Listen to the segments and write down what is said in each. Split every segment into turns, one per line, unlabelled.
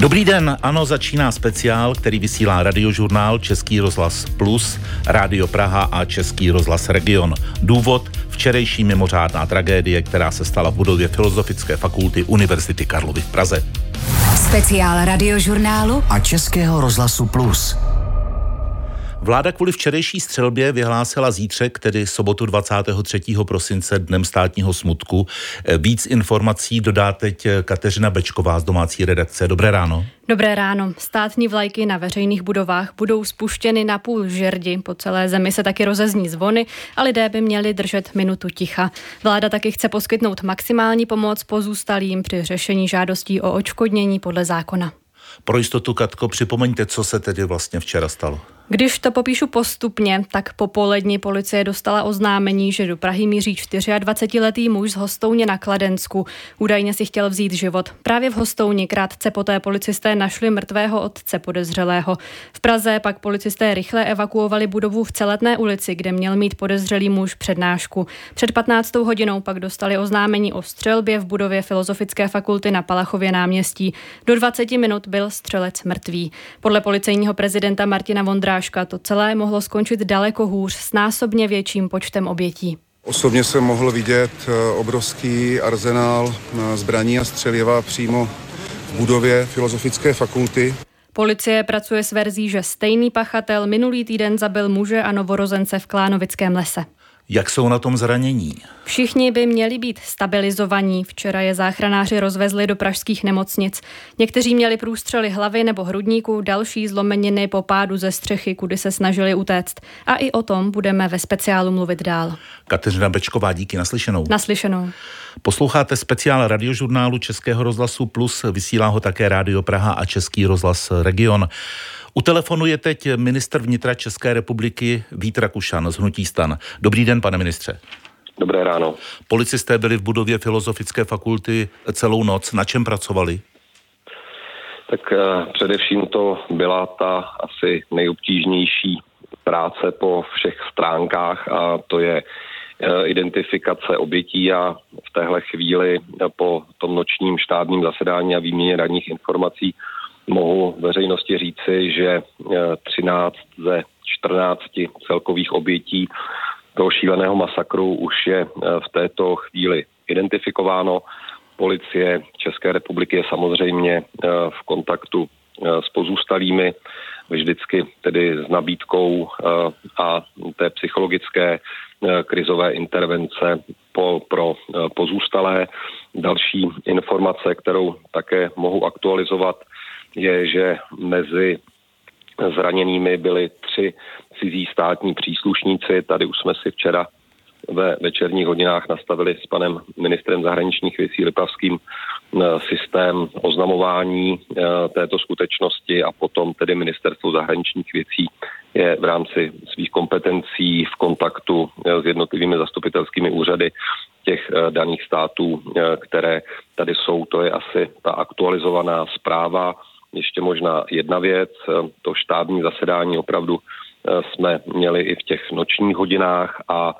Dobrý den, ano, začíná speciál, který vysílá Radiožurnál, Český rozhlas Plus, Rádio Praha a Český rozhlas Region. Důvod: včerejší mimořádná tragédie, která se stala v budově Filozofické fakulty Univerzity Karlovy v Praze.
Speciál Radiožurnálu a Českého rozhlasu Plus.
Vláda kvůli včerejší střelbě vyhlásila zítřek, tedy sobotu 23. prosince, dnem státního smutku. Víc informací dodá teď Kateřina Bečková z domácí redakce. Dobré ráno.
Dobré ráno. Státní vlajky na veřejných budovách budou spuštěny na půl žerdi. Po celé zemi se taky rozezní zvony a lidé by měli držet minutu ticha. Vláda taky chce poskytnout maximální pomoc pozůstalým při řešení žádostí o odškodnění podle zákona.
Pro jistotu, Katko, připomeňte, co se tedy vlastně včera stalo.
Když to popíšu postupně, tak po poledni policie dostala oznámení, že do Prahy míří 24letý muž z Hostouně na Kladensku. Údajně si chtěl vzít život. Právě v Hostouni krátce poté policisté našli mrtvého otce podezřelého. V Praze pak policisté rychle evakuovali budovu v Celetné ulici, kde měl mít podezřelý muž přednášku. Před 15. hodinou pak dostali oznámení o střelbě v budově Filozofické fakulty na Palachově náměstí. Do 20 minut byl střelec mrtvý. Podle policejního prezidenta Martina Vondráška to celé mohlo skončit daleko hůř s násobně větším počtem obětí.
Osobně jsem mohl vidět obrovský arzenál zbraní a střeliva přímo v budově Filozofické fakulty.
Policie pracuje s verzí, že stejný pachatel minulý týden zabil muže a novorozence v Klánovickém lese.
Jak jsou na tom zranění?
Všichni by měli být stabilizovaní. Včera je záchranáři rozvezli do pražských nemocnic. Někteří měli průstřely hlavy nebo hrudníku, další zlomeniny po pádu ze střechy, kudy se snažili utéct. A i o tom budeme ve speciálu mluvit dál.
Kateřina Bečková, díky, naslyšenou.
Naslyšenou.
Posloucháte speciál Radiožurnálu Českého rozhlasu Plus, vysílá ho také Rádio Praha a Český rozhlas Region. U telefonu je teď ministr vnitra České republiky Vít Rakušan z hnutí STAN. Dobrý den, pane ministře.
Dobré ráno.
Policisté byli v budově Filozofické fakulty celou noc. Na čem pracovali?
Tak především to byla ta asi nejobtížnější práce po všech stránkách a to je identifikace obětí a v téhle chvíli po tom nočním štábním zasedání a výměně ranních informací mohu veřejnosti říci, že 13 ze 14 celkových obětí toho šíleného masakru už je v této chvíli identifikováno. Policie České republiky je samozřejmě v kontaktu s pozůstalými, vždycky tedy s nabídkou a té psychologické krizové intervence pro pozůstalé. Další informace, kterou také mohu aktualizovat, je, že mezi zraněnými byli 3 cizí státní příslušníci. Tady už jsme si včera ve večerních hodinách nastavili s panem ministrem zahraničních věcí Lipavským systém oznamování této skutečnosti a potom tedy ministerstvo zahraničních věcí je v rámci svých kompetencí v kontaktu s jednotlivými zastupitelskými úřady těch daných států, které tady jsou. To je asi ta aktualizovaná zpráva. Ještě možná jedna věc, to štábní zasedání opravdu jsme měli i v těch nočních hodinách a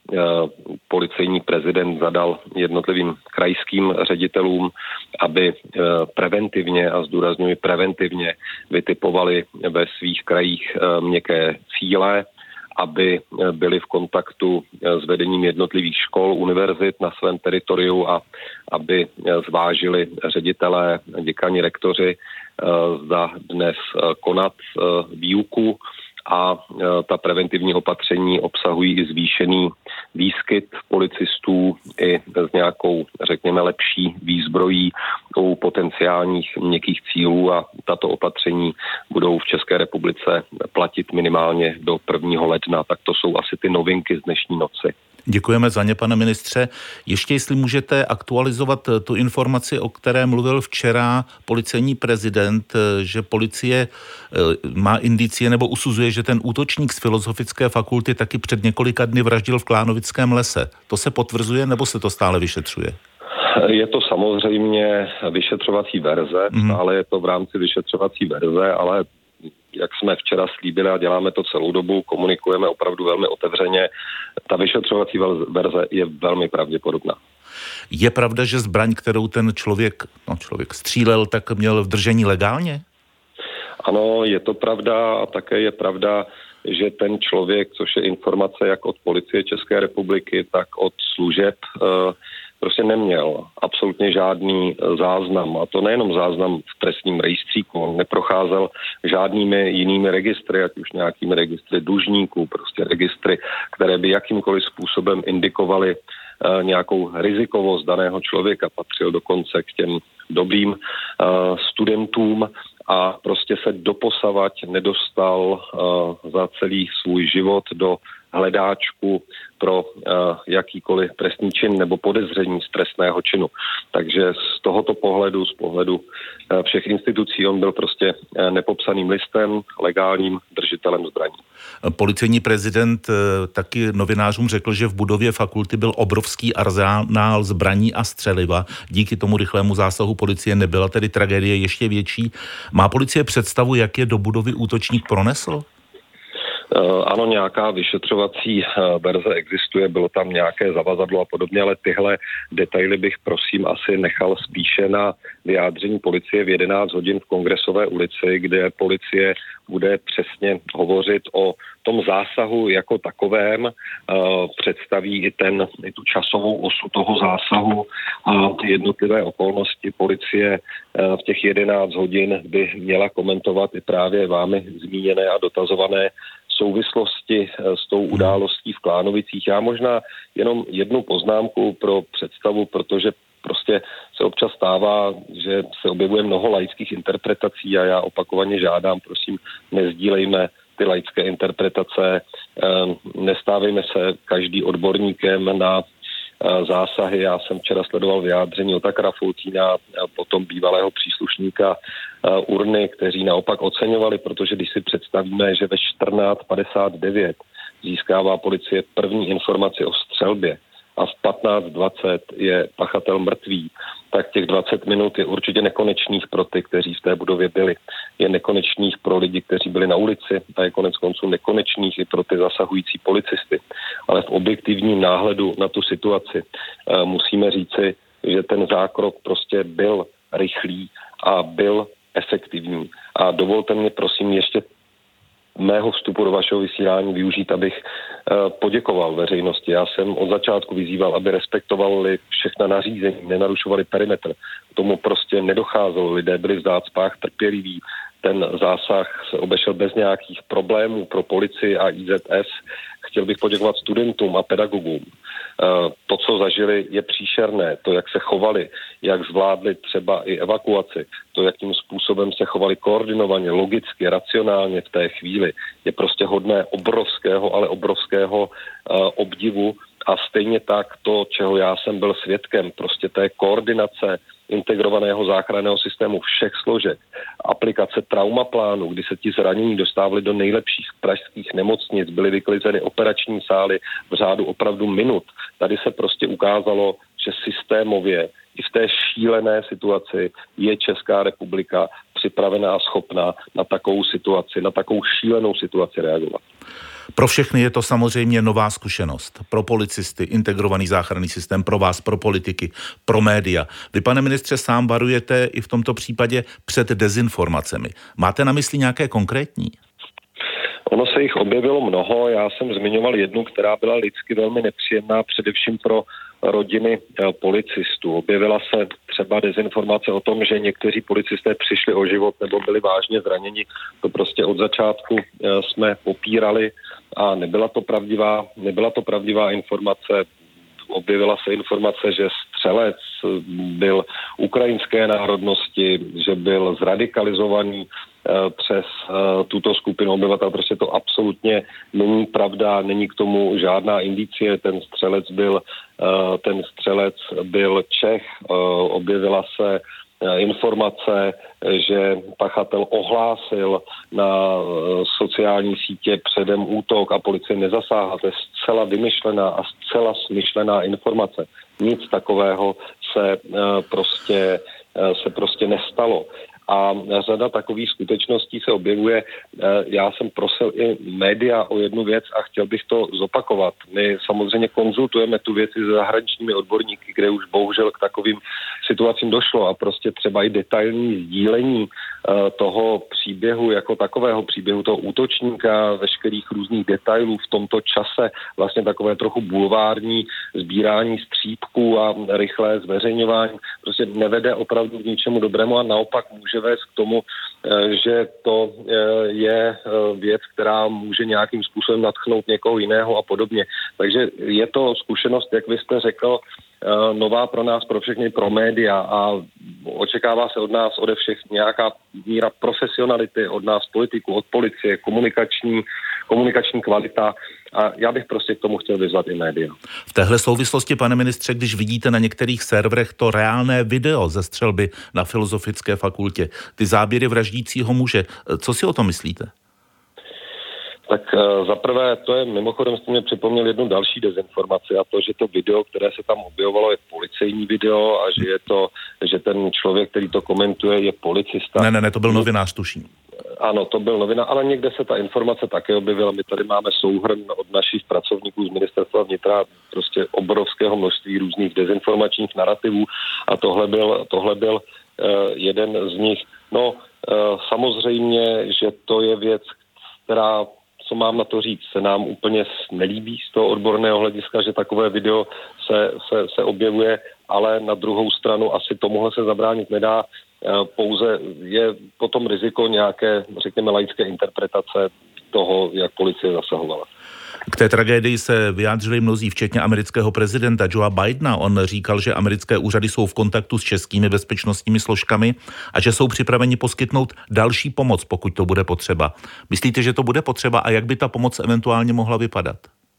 policejní prezident zadal jednotlivým krajským ředitelům, aby preventivně, a zdůrazňuji preventivně, vytipovali ve svých krajích měkké cíle, aby byli v kontaktu s vedením jednotlivých škol, univerzit na svém teritoriu a aby zvážili ředitelé, děkani, rektoři, zda dnes konat výuku a ta preventivní opatření obsahují i zvýšený výskyt policistů i s nějakou, řekněme, lepší výzbrojí u potenciálních měkkých cílů a tato opatření budou v České republice platit minimálně do 1. ledna. Tak to jsou asi ty novinky z dnešní noci.
Děkujeme za ně, pane ministře. Ještě jestli můžete aktualizovat tu informaci, o které mluvil včera policejní prezident, že policie má indicie nebo usuzuje, že ten útočník z Filozofické fakulty taky před několika dny vraždil v Klánovickém lese. To se potvrzuje nebo se to stále vyšetřuje?
Je to samozřejmě vyšetřovací verze, ale je to v rámci vyšetřovací verze, ale jak jsme včera slíbili a děláme to celou dobu, komunikujeme opravdu velmi otevřeně. Ta vyšetřovací verze je velmi pravděpodobná.
Je pravda, že zbraň, kterou ten člověk střílel, tak měl v držení legálně?
Ano, je to pravda a také je pravda, že ten člověk, což je informace jak od policie České republiky, tak od služeb, prostě neměl absolutně žádný záznam. A to nejenom záznam v trestním rejstříku. On neprocházel žádnými jinými registry, ať už nějakými registry dlužníků, prostě registry, které by jakýmkoliv způsobem indikovaly nějakou rizikovost daného člověka. Patřil dokonce k těm dobrým studentům a prostě se doposavať nedostal za celý svůj život do hledáčku pro jakýkoliv trestný čin nebo podezření z trestného činu. Takže z tohoto pohledu, z pohledu všech institucí, on byl prostě nepopsaným listem, legálním držitelem zbraní.
Policejní prezident taky novinářům řekl, že v budově fakulty byl obrovský arzenál zbraní a střeliva. Díky tomu rychlému zásahu policie nebyla tedy tragédie ještě větší. Má policie představu, jak je do budovy útočník pronesl?
Ano, nějaká vyšetřovací verze existuje, bylo tam nějaké zavazadlo a podobně, ale tyhle detaily bych prosím asi nechal spíše na vyjádření policie v 11 hodin v Kongresové ulici, kde policie bude přesně hovořit o tom zásahu jako takovém, představí i tu časovou osu toho zásahu a ty jednotlivé okolnosti. Policie v těch 11 hodin by měla komentovat i právě vámi zmíněné a dotazované souvislosti s tou událostí v Klánovicích. Já možná jenom jednu poznámku pro představu, protože prostě se občas stává, že se objevuje mnoho laických interpretací a já opakovaně žádám, prosím, nezdílejme ty laické interpretace, nestávejme se každý odborníkem na zásahy. Já jsem včera sledoval vyjádření Otakara Foltýna, potom bývalého příslušníka URNY, kteří naopak oceňovali, protože když si představíme, že ve 14:59 získává policie první informaci o střelbě a v 15:20 je pachatel mrtvý, tak těch 20 minut je určitě nekonečných pro ty, kteří v té budově byli. Je nekonečných pro lidi, kteří byli na ulici a je konec konců nekonečných i pro ty zasahující policisty. Ale v objektivním náhledu na tu situaci musíme říci, že ten zákrok prostě byl rychlý a byl efektivní. A dovolte mě prosím ještě mého vstupu do vašeho vysílání využít, abych poděkoval veřejnosti. Já jsem od začátku vyzýval, aby respektovali všechna nařízení, nenarušovali perimetr. K tomu prostě nedocházelo. Lidé byli v zácpách trpěliví. Ten zásah se obešel bez nějakých problémů pro policii a IZS. Chtěl bych poděkovat studentům a pedagogům. To, co zažili, je příšerné. To, jak se chovali, jak zvládli třeba i evakuaci, to, jakým způsobem se chovali koordinovaně, logicky, racionálně v té chvíli, je prostě hodné obrovského obdivu a stejně tak to, čeho já jsem byl svědkem, prostě té koordinace integrovaného záchranného systému všech složek, aplikace traumaplánu, kdy se ti zranění dostávali do nejlepších pražských nemocnic, byly vyklizeny operační sály v řádu opravdu minut. Tady se prostě ukázalo, že systémově i v té šílené situaci je Česká republika připravená a schopná na takovou situaci, na takovou šílenou situaci reagovat.
Pro všechny je to samozřejmě nová zkušenost. Pro policisty, integrovaný záchranný systém, pro vás, pro politiky, pro média. Vy, pane ministře, sám varujete i v tomto případě před dezinformacemi. Máte na mysli nějaké konkrétní?
Ono se jich objevilo mnoho, já jsem zmiňoval jednu, která byla lidsky velmi nepříjemná, především pro rodiny policistů. Objevila se třeba dezinformace o tom, že někteří policisté přišli o život nebo byli vážně zraněni. To prostě od začátku jsme popírali a nebyla to pravdivá informace. Objevila se informace, že střelec byl ukrajinské národnosti, že byl zradikalizovaný přes tuto skupinu obyvatel. Prostě to absolutně není pravda, není k tomu žádná indicie. Ten střelec byl Čech. Objevila se informace, že pachatel ohlásil na sociální sítě předem útok a policie nezasáhla. To je zcela vymyšlená a zcela smyšlená informace. Nic takového se prostě nestalo. a řada takových skutečností se objevuje. Já jsem prosil i média o jednu věc a chtěl bych to zopakovat. My samozřejmě konzultujeme tu věci s zahraničními odborníky, kde už bohužel k takovým situacím došlo a prostě třeba i detailní sdílení toho příběhu jako takového příběhu toho útočníka, veškerých různých detailů v tomto čase, vlastně takové trochu bulvární sbírání střípků a rychlé zveřejňování prostě nevede opravdu k ničemu dobrému a naopak může vést k tomu, že to je věc, která může nějakým způsobem nadchnout někoho jiného a podobně. Takže je to zkušenost, jak vy jste řekl, nová pro nás, pro všechny, pro média a očekává se od nás, ode všech nějaká míra profesionality, od nás politiků, od policie, komunikační kvalita a já bych prostě k tomu chtěl vyzvat i média.
V téhle souvislosti, pane ministře, když vidíte na některých serverech to reálné video ze střelby na Filozofické fakultě, ty záběry vraždícího muže, co si o tom myslíte?
Tak zaprvé, to je mimochodem, jste mě připomněl jednu další dezinformaci a to, že to video, které se tam objevovalo, je policejní video a že ten člověk, který to komentuje, je policista.
Ne, to byl novinář, tuším.
Ano, to byl novinář, ale někde se ta informace také objevila. My tady máme souhrn od našich pracovníků z ministerstva vnitra prostě obrovského množství různých dezinformačních narrativů a tohle byl jeden z nich. No, samozřejmě, že to je věc, která, co mám na to říct, se nám úplně nelíbí z toho odborného hlediska, že takové video se objevuje, ale na druhou stranu asi tomuhle se zabránit nedá. Pouze je potom riziko nějaké, řekněme, laické interpretace toho, jak policie zasahovala.
K té tragédii se vyjádřili mnozí, včetně amerického prezidenta Joea Bidena. On říkal, že americké úřady jsou v kontaktu s českými bezpečnostními složkami a že jsou připraveni poskytnout další pomoc, pokud to bude potřeba. Myslíte, že to bude potřeba a jak by ta pomoc eventuálně mohla vypadat?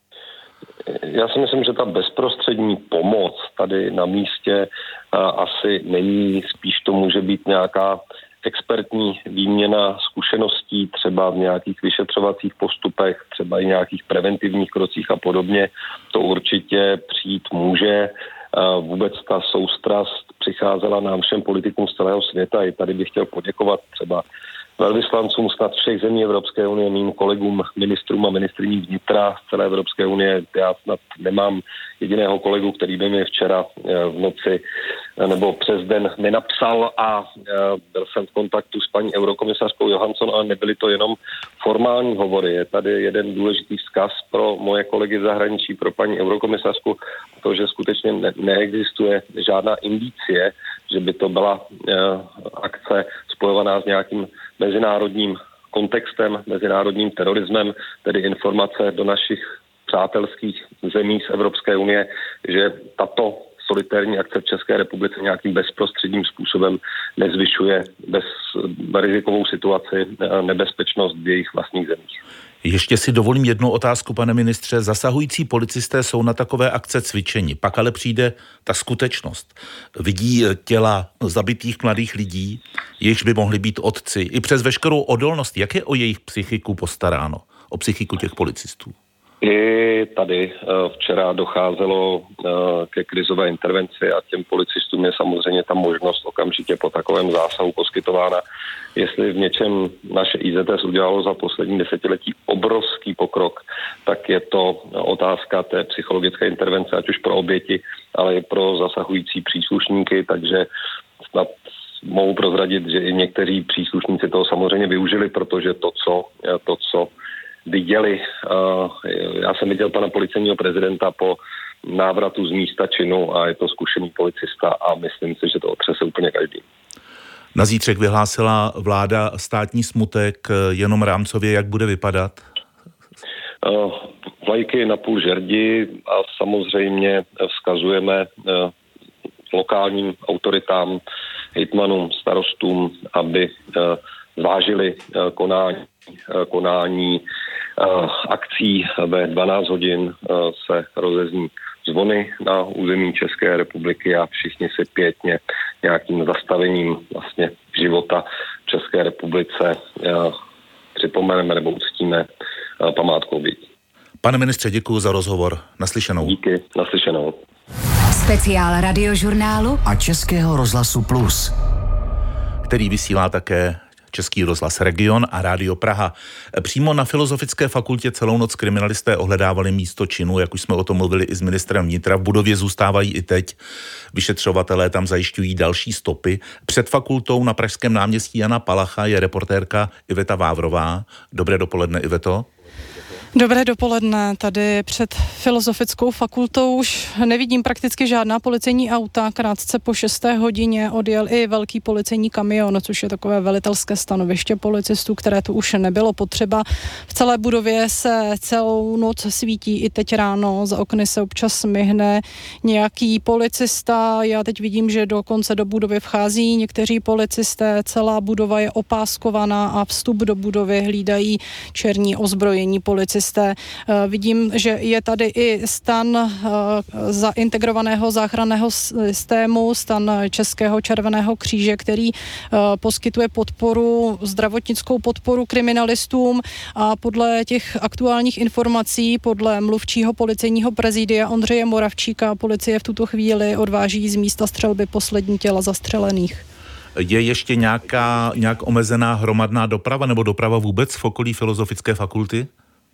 Já si myslím, že ta bezprostřední pomoc tady na místě asi není, spíš to může být nějaká expertní výměna zkušeností, třeba v nějakých vyšetřovacích postupech, třeba i nějakých preventivních krocích a podobně. To určitě přijít může. Vůbec ta soustrast přicházela nám všem politikům z celého světa. I tady bych chtěl poděkovat třeba velvyslancům snad všech zemí Evropské unie, mým kolegům, ministrům a ministryním vnitra z celé Evropské unie. Já snad nemám jediného kolegu, který by mi včera v noci nebo přes den nenapsal a byl jsem v kontaktu s paní eurokomisařkou Johansson, ale nebyly to jenom formální hovory. Je tady jeden důležitý vzkaz pro moje kolegy v zahraničí, pro paní eurokomisařku, to, že skutečně neexistuje žádná indicie, že by to byla akce spojovaná s nějakým mezinárodním kontextem, mezinárodním terorismem, tedy informace do našich přátelských zemí z Evropské unie, že tato solitérní akce v České republice nějakým bezprostředním způsobem nezvyšuje rizikovou situaci, nebezpečnost v jejich vlastních zemích.
Ještě si dovolím jednu otázku, pane ministře. Zasahující policisté jsou na takové akce cvičeni, pak ale přijde ta skutečnost. Vidí těla zabitých mladých lidí, jejichž by mohli být otci, i přes veškerou odolnost. Jak je o jejich psychiku postaráno? O psychiku těch policistů?
I tady včera docházelo ke krizové intervenci a těm policistům je samozřejmě ta možnost okamžitě po takovém zásahu poskytována. Jestli v něčem naše IZS udělalo za poslední desetiletí obrovský pokrok, tak je to otázka té psychologické intervence, ať už pro oběti, ale i pro zasahující příslušníky, takže snad mohu prozradit, že i někteří příslušníci toho samozřejmě využili, protože to, co viděli. Já jsem viděl pana policejního prezidenta po návratu z místa činu a je to zkušený policista a myslím si, že to otřese úplně každý.
Na zítřek vyhlásila vláda státní smutek, jenom rámcově, jak bude vypadat?
Vlajky na půl žerdi a samozřejmě vzkazujeme lokálním autoritám, hejtmanům, starostům, aby zvážili konání akcí. Ve 12 hodin se rozezní zvony na území České republiky a všichni si pěkně nějakým zastavením vlastně života v České republice připomeneme nebo uctíme památkou obětí.
Pane ministře, děkuji za rozhovor. Naslyšenou.
Díky, naslyšenou.
Speciál Radiožurnálu a Českého rozhlasu Plus.
který vysílá také Český rozhlas Region a Rádio Praha. Přímo na Filozofické fakultě celou noc kriminalisté ohledávali místo činu, jak už jsme o tom mluvili i s ministrem vnitra. V budově zůstávají i teď. Vyšetřovatelé tam zajišťují další stopy. Před fakultou na pražském náměstí Jana Palacha je reportérka Iveta Vávrová. Dobré dopoledne, Iveto.
Dobré dopoledne. Tady před Filozofickou fakultou už nevidím prakticky žádná policejní auta. Krátce po 6. hodině odjel i velký policejní kamion, což je takové velitelské stanoviště policistů, které tu už nebylo potřeba. V celé budově se celou noc svítí i teď ráno. Za okny se občas smyhne nějaký policista. Já teď vidím, že dokonce do budovy vchází někteří policisté. Celá budova je opáskovaná a vstup do budovy hlídají černí ozbrojení policisté. Vidím, že je tady i stan zaintegrovaného záchranného systému, stan Českého červeného kříže, který poskytuje podporu, zdravotnickou podporu kriminalistům a podle těch aktuálních informací, podle mluvčího policejního prezidia Ondřeje Moravčíka, policie v tuto chvíli odváží z místa střelby poslední těla zastřelených.
Je ještě nějak omezená hromadná doprava nebo doprava vůbec v okolí Filozofické fakulty?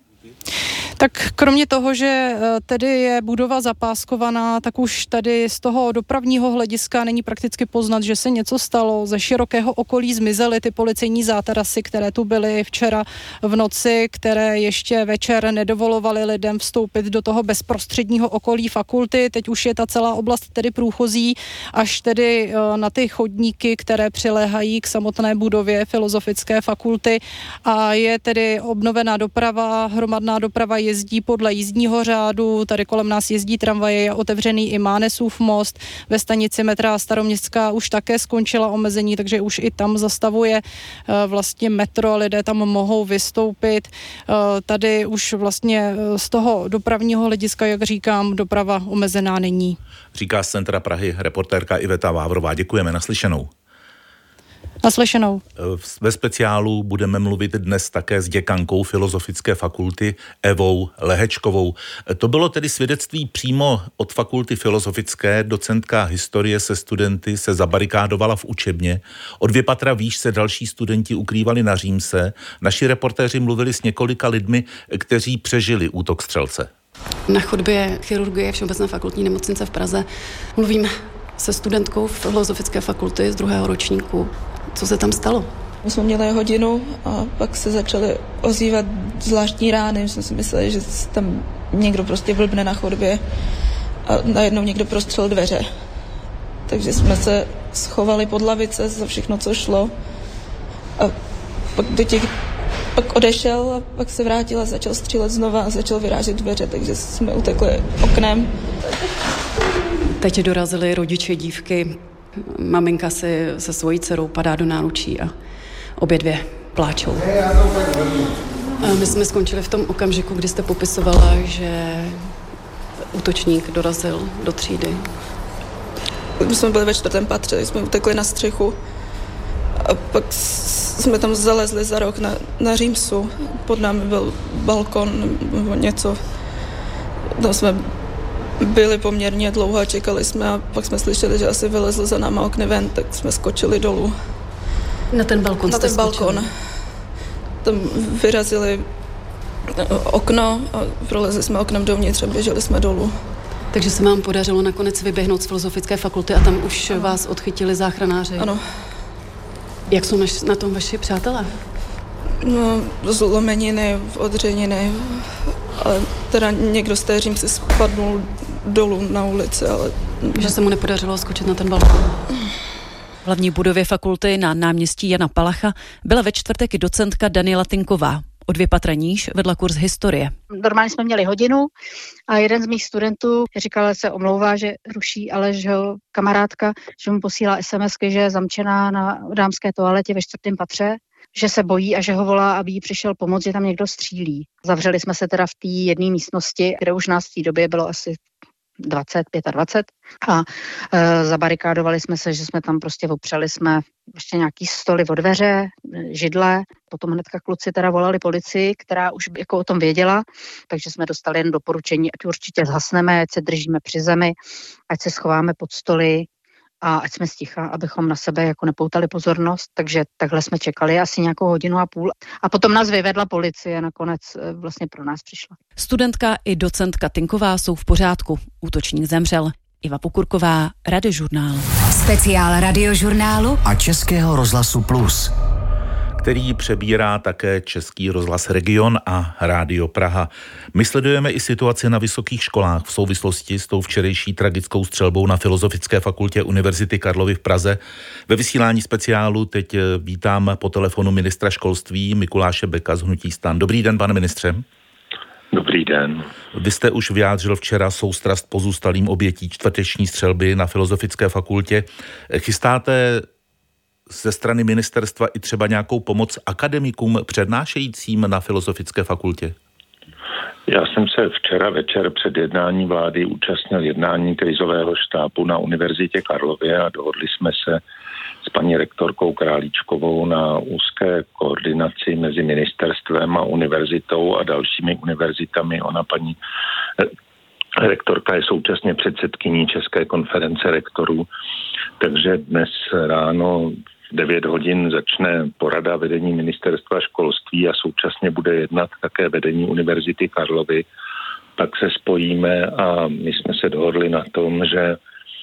Tak kromě toho, že tedy je budova zapáskovaná, tak už tady z toho dopravního hlediska není prakticky poznat, že se něco stalo. Ze širokého okolí zmizely ty policejní zátarasy, které tu byly včera v noci, které ještě večer nedovolovaly lidem vstoupit do toho bezprostředního okolí fakulty. Teď už je ta celá oblast tedy průchozí až tedy na ty chodníky, které přiléhají k samotné budově Filozofické fakulty a je tedy obnovená doprava, hromadná doprava jezdí podle jízdního řádu, tady kolem nás jezdí tramvaje, je otevřený i Mánesův most, ve stanici metra Staroměstská už také skončila omezení, takže už i tam zastavuje vlastně metro, lidé tam mohou vystoupit. Tady už vlastně z toho dopravního hlediska, jak říkám, doprava omezená není.
Říká z centra Prahy reportérka Iveta Vávrová. Děkujeme, naslyšenou.
Naslyšenou.
Ve speciálu budeme mluvit dnes také s děkankou Filozofické fakulty Evou Lehečkovou. To bylo tedy svědectví přímo od fakulty filozofické. Docentka historie se studenty se zabarikádovala v učebně. O 2 patra výš se další studenti ukrývali na Římse. Naši reportéři mluvili s několika lidmi, kteří přežili útok střelce.
Na chodbě chirurgie Všeobecné fakultní nemocnice v Praze mluvím se studentkou Filozofické fakulty z 2. ročníku. Co se tam stalo?
My jsme měli hodinu a pak se začaly ozývat zvláštní rány. Jsme si mysleli, že tam někdo prostě vlbne na chodbě a najednou někdo prostřel dveře. Takže jsme se schovali pod lavice za všechno, co šlo. A pak odešel a pak se vrátil a začal střílet znova a začal vyrážet dveře, takže jsme utekli oknem.
Teď dorazili rodiče dívky. Maminka si se svojí dcerou padá do náručí a obě dvě pláčou. A my jsme skončili v tom okamžiku, kdy jste popisovala, že útočník dorazil do třídy.
My jsme byli ve 4. patře, jsme utekli na střechu a pak jsme tam zalezli za rok na Římsu. Pod námi byl balkon nebo něco. Tam jsme byli poměrně dlouho a čekali jsme a pak jsme slyšeli, že asi vylezl za náma okny ven, tak jsme skočili dolů.
Na ten balkon jste skočili?
Tam vyrazili okno a prolezli jsme oknem dovnitř a běželi jsme dolů.
Takže se vám podařilo nakonec vyběhnout z Filozofické fakulty a tam už vás odchytili záchranáři?
Ano.
Jak jsou na tom vaši přátelé?
No, zlomeniny, odřeniny. Ale teda někdo z té Římsy spadnul dolů na ulici, ale...
Že se mu nepodařilo skočit na ten balkon.
V hlavní budově fakulty na náměstí Jana Palacha byla ve čtvrtek i docentka Daniela Tinková. O 2 patra níž vedla kurz historie.
Normálně jsme měli hodinu a jeden z mých studentů říkal, že se omlouvá, že ruší, ale že ho kamarádka, že mu posílá SMSky, že je zamčená na dámské toaletě ve 4. patře, že se bojí a že ho volá, aby jí přišel pomoct, že tam někdo střílí. Zavřeli jsme se teda v té jedné místnosti, kde už nás v té době bylo asi 25 a zabarikádovali jsme se, že jsme tam prostě opřeli jsme ještě nějaký stoly od dveře, židle, potom hnedka kluci teda volali policii, která už jako o tom věděla, takže jsme dostali jen doporučení, ať určitě zhasneme, ať se držíme při zemi, ať se schováme pod stoly a ať jsme sticha, abychom na sebe jako nepoutali pozornost, takže takhle jsme čekali asi nějakou hodinu a půl a potom nás vyvedla policie, nakonec vlastně pro nás přišla.
Studentka i docentka Tinková jsou v pořádku, útočník zemřel. Iva Pokurková, Radiožurnál.
Speciál Radiožurnálu a Českého rozhlasu Plus,
který přebírá také Český rozhlas Region a Rádio Praha. My sledujeme i situaci na vysokých školách v souvislosti s tou včerejší tragickou střelbou na Filozofické fakultě Univerzity Karlovy v Praze. Ve vysílání speciálu teď vítám po telefonu ministra školství Mikuláše Beka z hnutí STAN. Dobrý den, pane ministře.
Dobrý den.
Vy jste už vyjádřil včera soustrast pozůstalým obětí čtvrteční střelby na Filozofické fakultě. Chystáte ze strany ministerstva i třeba nějakou pomoc akademikům přednášejícím na Filozofické fakultě?
Já jsem se včera večer před jednání vlády účastnil jednání krizového štábu na Univerzitě Karlově a dohodli jsme se s paní rektorkou Králíčkovou na úzké koordinaci mezi ministerstvem a univerzitou a dalšími univerzitami. Ona, paní rektorka, je současně předsedkyní České konference rektorů, takže dnes ráno v 9 hodin začne porada vedení ministerstva školství a současně bude jednat také vedení Univerzity Karlovy. Pak se spojíme a my jsme se dohodli na tom, že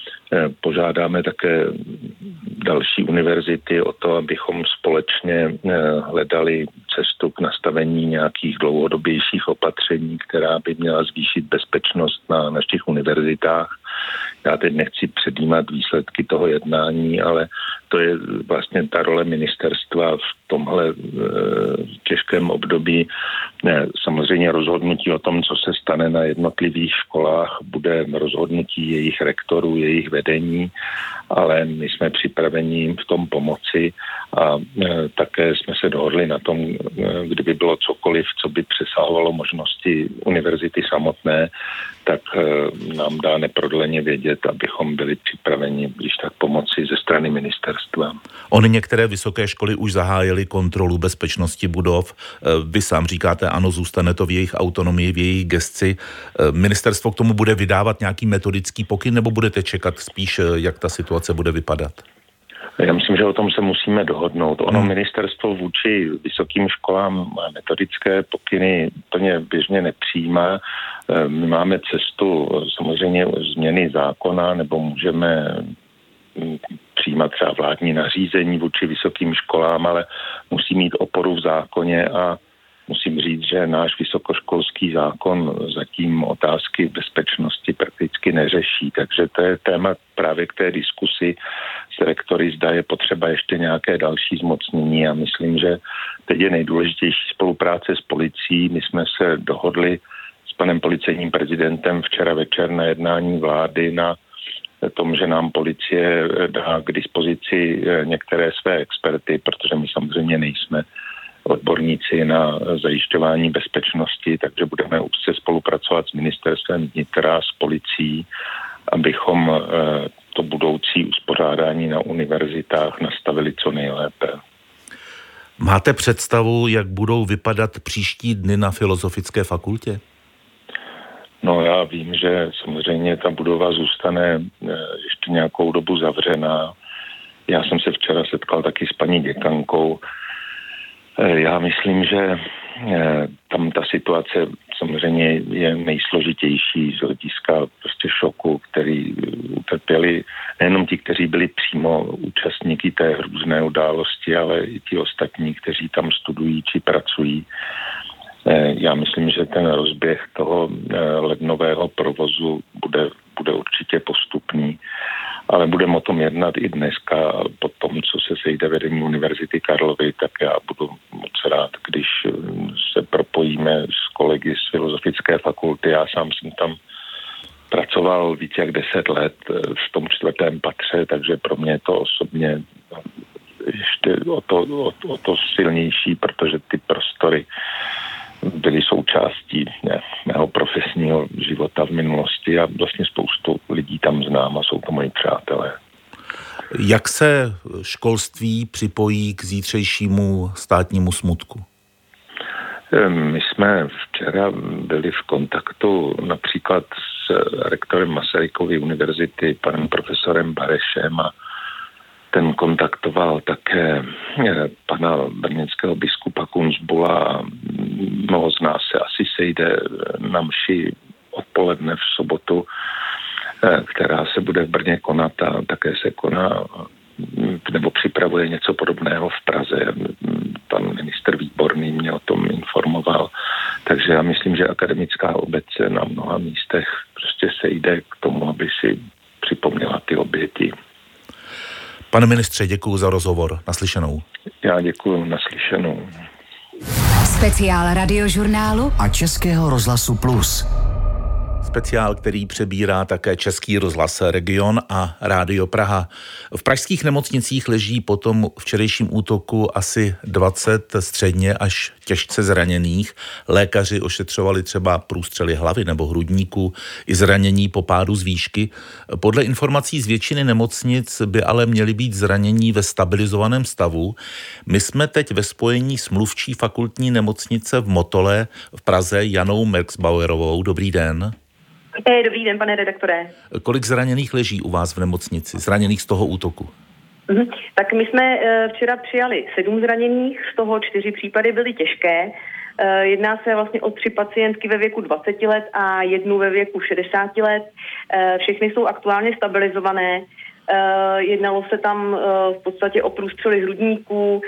požádáme také další univerzity o to, abychom společně hledali cestu k nastavení nějakých dlouhodobějších opatření, která by měla zvýšit bezpečnost na našich univerzitách. Já teď nechci předjímat výsledky toho jednání, ale to je vlastně ta role ministerstva v tomhle těžkém období. Samozřejmě rozhodnutí o tom, co se stane na jednotlivých školách, bude rozhodnutí jejich rektorů, jejich vedení, ale my jsme připraveni v tom pomoci a také jsme se dohodli na tom, kdyby bylo cokoliv, co by přesahovalo možnosti univerzity samotné, tak nám dá neprodleně vědět, abychom byli připraveni, když tak pomoci ze strany ministerstva.
Ony některé vysoké školy už zahájily kontrolu bezpečnosti budov. Vy sám říkáte, ano, zůstane to v jejich autonomii, v jejich gesci. Ministerstvo k tomu bude vydávat nějaký metodický pokyn, nebo budete čekat spíš, jak ta situace bude vypadat?
Já myslím, že o tom se musíme dohodnout. Ono ministerstvo vůči vysokým školám metodické pokyny plně běžně nepřijímá. My máme cestu samozřejmě změny zákona, nebo můžeme přijímat třeba vládní nařízení vůči vysokým školám, ale musí mít oporu v zákoně a musím říct, že náš vysokoškolský zákon zatím otázky bezpečnosti prakticky neřeší, takže to je téma právě k té diskusi s rektory, zda je potřeba ještě nějaké další zmocnění a myslím, že teď je nejdůležitější spolupráce s policií. My jsme se dohodli s panem policejním prezidentem včera večer na jednání vlády na tom, že nám policie dá k dispozici některé své experty, protože my samozřejmě nejsme odborníci na zajišťování bezpečnosti, takže budeme úzce spolupracovat s ministerstvem vnitra, s policií, abychom to budoucí uspořádání na univerzitách nastavili co nejlépe.
Máte představu, jak budou vypadat příští dny na Filozofické fakultě?
No, já vím, že samozřejmě ta budova zůstane ještě nějakou dobu zavřená. Já jsem se včera setkal taky s paní děkankou. Já myslím, že tam ta situace samozřejmě je nejsložitější z hlediska prostě šoku, který utrpěli nejenom ti, kteří byli přímo účastníky té hrůzné události, ale i ti ostatní, kteří tam studují či pracují. Já myslím, že ten rozběh toho lednového provozu bude určitě postupný, ale budeme o tom jednat i dneska. Po tom, co se sejde vedení Univerzity Karlovy, tak já budu moc rád, když se propojíme s kolegy z Filozofické fakulty. Já sám jsem tam pracoval víc jak 10 let v tom 4. patře, takže pro mě je to osobně ještě o to silnější, protože ty prostory byly součástí mého profesního života v minulosti a vlastně spoustu lidí tam znám a jsou to moji přátelé.
Jak se školství připojí k zítřejšímu státnímu smutku?
My jsme včera byli v kontaktu například rektorem Masarykovy univerzity, panem profesorem Barešem, a ten kontaktoval také pana brněnského biskupa Kunzbula a mnoho z nás se asi sejde na mši odpoledne v sobotu, která se bude v Brně konat a také se koná nebo připravuje něco podobného v Praze. Pan ministr Výborný mě o tom informoval. Takže já myslím, že akademická obec se na mnoha místech prostě sejde k tomu, aby si připomněla ty oběti.
Pane ministře, děkuji za rozhovor. Naslyšenou.
Já děkuji, naslyšenou.
Speciál Radiožurnálu a Českého rozhlasu Plus.
Speciál, který přebírá také Český rozhlas Region a Rádio Praha. V pražských nemocnicích leží po tom včerejším útoku asi 20 středně až těžce zraněných. Lékaři ošetřovali třeba průstřely hlavy nebo hrudníku i zranění po pádu z výšky. Podle informací z většiny nemocnic by ale měly být zranění ve stabilizovaném stavu. My jsme teď ve spojení s mluvčí fakultní nemocnice v Motole v Praze Janou Merksbauerovou. Dobrý den.
Dobrý den, pane redaktore.
Kolik zraněných leží u vás v nemocnici, zraněných z toho útoku?
Tak my jsme včera přijali 7 zraněných, z toho 4 případy byly těžké. Jedná se vlastně o 3 pacientky ve věku 20 let a 1 ve věku 60 let. Všechny jsou aktuálně stabilizované. Jednalo se tam v podstatě o průstřely hrudníků,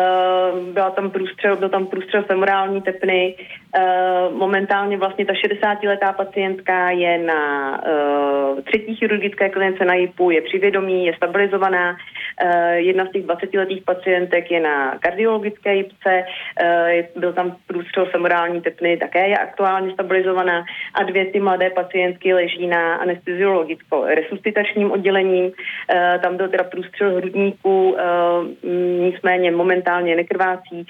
byl tam průstřel femorální tepny. Momentálně vlastně ta 60letá pacientka je na 3. chirurgické klinice na JIPu, je při vědomí, je stabilizovaná. Jedna z těch 20letých pacientek je na kardiologické JIPce, byl tam průstřel femorální tepny, také je aktuálně stabilizovaná, a 2 ty mladé pacientky leží na anesteziologicko-resuscitačním oddělení. Tam byl teda průstřel hrudníku, nicméně momentálně nekrvácí,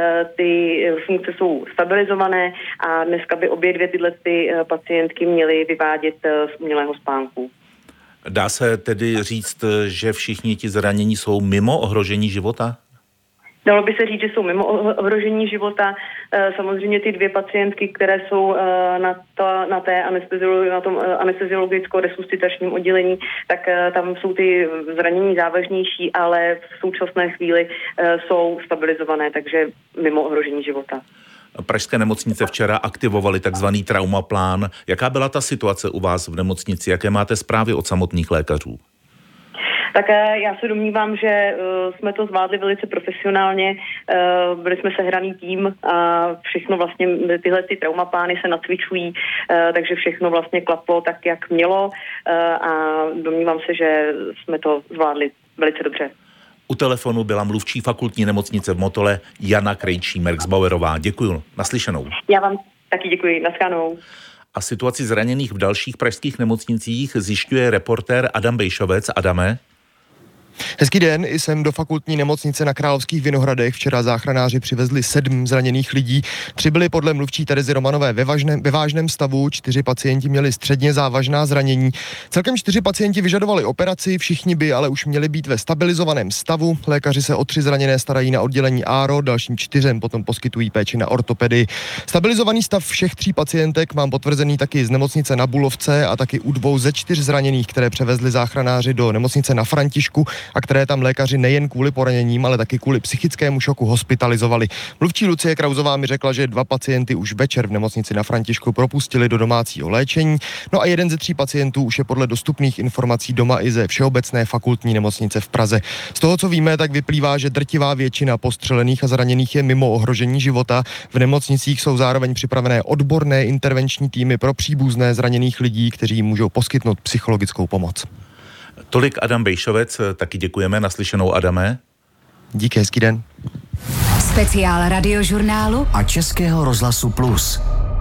ty funkce jsou stabilizované a dneska by obě 2 tyhle pacientky měly vyvádět z umělého spánku.
Dá se tedy říct, že všichni ti zranění jsou mimo ohrožení života?
Dalo by se říct, že jsou mimo ohrožení života. Samozřejmě ty 2 pacientky, které jsou na tom anesteziologicko-resuscitačním oddělení, tak tam jsou ty zranění závažnější, ale v současné chvíli jsou stabilizované, takže mimo ohrožení života.
Pražské nemocnice včera aktivovali takzvaný traumaplán. Jaká byla ta situace u vás v nemocnici? Jaké máte zprávy od samotných lékařů?
Tak já se domnívám, že jsme to zvládli velice profesionálně, byli jsme sehraný tým a všechno vlastně, tyhle ty traumaplány se nacvičují, takže všechno vlastně klaplo tak, jak mělo, a domnívám se, že jsme to zvládli velice dobře.
U telefonu byla mluvčí fakultní nemocnice v Motole Jana Krejčí-Merksbauerová. Děkuju. Naslyšenou.
Já vám taky děkuji. Naschledanou.
A situaci zraněných v dalších pražských nemocnicích zjišťuje reportér Adam Bejšovec. Adame?
Hezký den, i sem do fakultní nemocnice na Královských Vinohradech včera záchranáři přivezli 7 zraněných lidí. 3 byli podle mluvčí Terezy Romanové ve vážném stavu, 4 pacienti měli středně závažná zranění. Celkem 4 pacienti vyžadovali operaci, všichni by ale už měli být ve stabilizovaném stavu. Lékaři se o 3 zraněné starají na oddělení ARO, dalším 4 potom poskytují péči na ortopedii. Stabilizovaný stav všech 3 pacientek mám potvrzený taky z nemocnice na Bulovce a taky u 2 ze 4 zraněných, které převezli záchranáři do nemocnice na Františku a které tam lékaři nejen kvůli poraněním, ale taky kvůli psychickému šoku hospitalizovali. Mluvčí Lucie Krauzová mi řekla, že 2 pacienty už večer v nemocnici na Františku propustili do domácího léčení, no a 1 ze 3 pacientů už je podle dostupných informací doma i ze Všeobecné fakultní nemocnice v Praze. Z toho, co víme, tak vyplývá, že drtivá většina postřelených a zraněných je mimo ohrožení života. V nemocnicích jsou zároveň připravené odborné intervenční týmy pro příbuzné zraněných lidí, kteří jim můžou poskytnout psychologickou pomoc.
Tolik Adam Bejšovec, taky děkujeme. Naslyšenou, Adame.
Díky, hezký den.
Speciál Radiožurnálu a Českého rozhlasu Plus.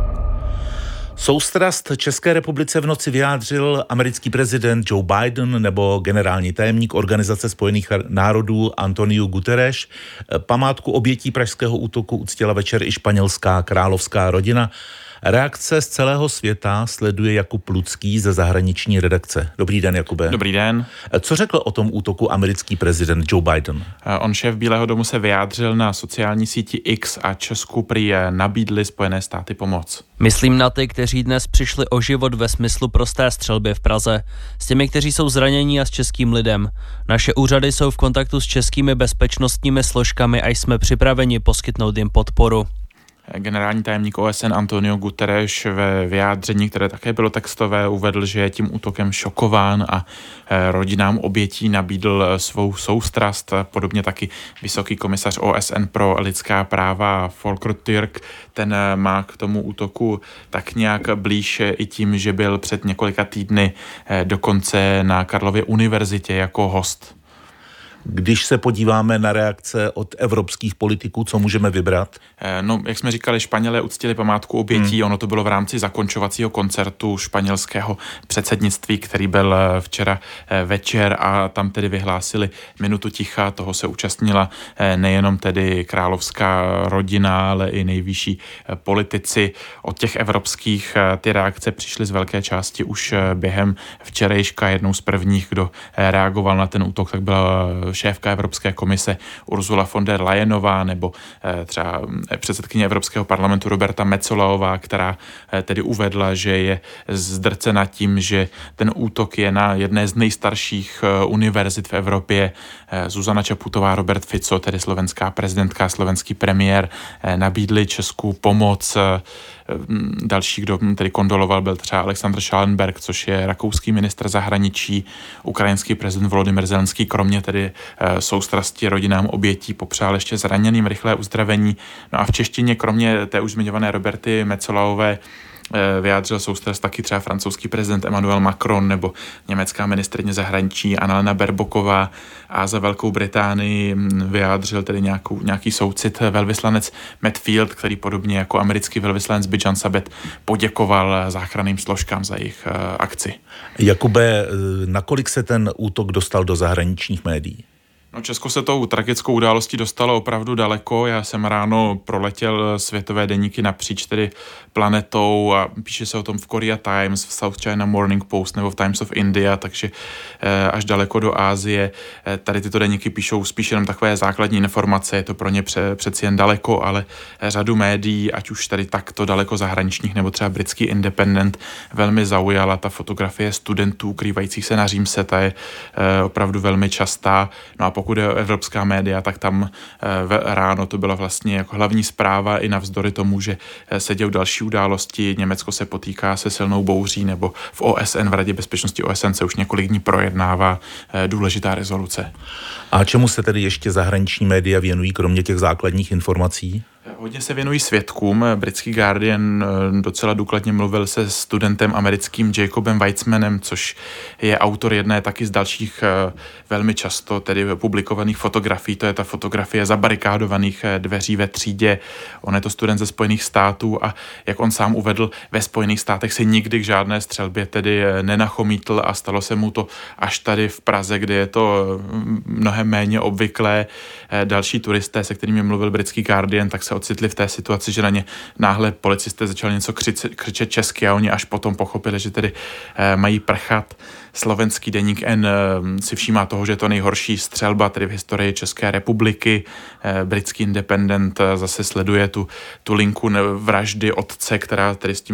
Soustrast České republice v noci vyjádřil americký prezident Joe Biden nebo generální tajemník Organizace spojených národů Antonio Guterres. Památku obětí pražského útoku uctila večer i španělská královská rodina. Reakce z celého světa sleduje Jakub Lucký ze zahraniční redakce. Dobrý den, Jakube.
Dobrý den.
Co řekl o tom útoku americký prezident Joe Biden?
On, šéf Bílého domu, se vyjádřil na sociální síti X a Česku prý nabídli Spojené státy pomoc.
Myslím na ty, kteří dnes přišli o život ve smyslu prosté střelby v Praze. S těmi, kteří jsou zranění a s českým lidem. Naše úřady jsou v kontaktu s českými bezpečnostními složkami a jsme připraveni poskytnout jim podporu.
Generální tajemník OSN Antonio Guterres ve vyjádření, které také bylo textové, uvedl, že je tím útokem šokován a rodinám obětí nabídl svou soustrast. Podobně taky vysoký komisař OSN pro lidská práva Volker Türk, ten má k tomu útoku tak nějak blíž i tím, že byl před několika týdny dokonce na Karlově univerzitě jako host.
Když se podíváme na reakce od evropských politiků, co můžeme vybrat?
No, jak jsme říkali, Španělé uctili památku obětí. Ono to bylo v rámci zakončovacího koncertu španělského předsednictví, který byl včera večer, a tam tedy vyhlásili minutu ticha. Toho se účastnila nejenom tedy královská rodina, ale i nejvyšší politici. Od těch evropských ty reakce přišly z velké části už během včerejška. Jednou z prvních, kdo reagoval na ten útok, tak byla šéfka Evropské komise Ursula von der Leyenová, nebo třeba předsedkyně Evropského parlamentu Roberta Metsola, která tedy uvedla, že je zdrcena tím, že ten útok je na jedné z nejstarších univerzit v Evropě. Zuzana Čaputová, Robert Fico, tedy slovenská prezidentka, slovenský premiér, nabídli Česku pomoc. Další, kdo tedy kondoloval, byl třeba Alexander Schallenberg, což je rakouský ministr zahraničí. Ukrajinský prezident Volodymyr Zelenský kromě tedy soustrasti rodinám obětí popřál ještě zraněným rychlé uzdravení. No a v češtině kromě té už zmiňované Roberty Metzolaové vyjádřil soustrast taky třeba francouzský prezident Emmanuel Macron nebo německá ministryně zahraničí Annalena Baerbocková, a za Velkou Británii vyjádřil tedy nějaký soucit velvyslanec Matt Field, který podobně jako americký velvyslanec Bijan Sabet poděkoval záchranným složkám za jejich akci.
Jakube, nakolik se ten útok dostal do zahraničních médií?
No, Česko se tou tragickou událostí dostalo opravdu daleko. Já jsem ráno proletěl světové deníky napříč tedy planetou a píše se o tom v Korea Times, v South China Morning Post nebo v Times of India, takže až daleko do Asie. Tady tyto deníky píšou spíš jenom takové základní informace, je to pro ně přeci jen daleko, ale řadu médií, ať už tady takto daleko zahraničních nebo třeba britský Independent, velmi zaujala ta fotografie studentů ukrývajících se na Římse, ta je opravdu velmi častá. No a pokud je o evropská média, tak tam ráno to byla vlastně jako hlavní zpráva i navzdory tomu, že se dějí další události. Německo se potýká se silnou bouří, nebo v OSN, v Radě bezpečnosti OSN se už několik dní projednává důležitá rezoluce.
A čemu se tedy ještě zahraniční média věnují, kromě těch základních informací?
Hodně se věnují svědkům. Britský Guardian docela důkladně mluvil se studentem americkým Jacobem Weitzmanem, což je autor jedné taky z dalších velmi často tedy publikovaných fotografií. To je ta fotografie zabarikádovaných dveří ve třídě. On je to student ze Spojených států a jak on sám uvedl, ve Spojených státech se nikdy k žádné střelbě tedy nenachomítl a stalo se mu to až tady v Praze, kde je to mnohem méně obvyklé. Další turisté, se kterými mluvil britský Guardian, tak se ocitli v té situaci, že na ně náhle policisté začali něco křičet česky a oni až potom pochopili, že tedy mají prchat. Slovenský deník N si všímá toho, že je to nejhorší střelba tedy v historii České republiky. Britský Independent zase sleduje tu linku vraždy otce, která tedy s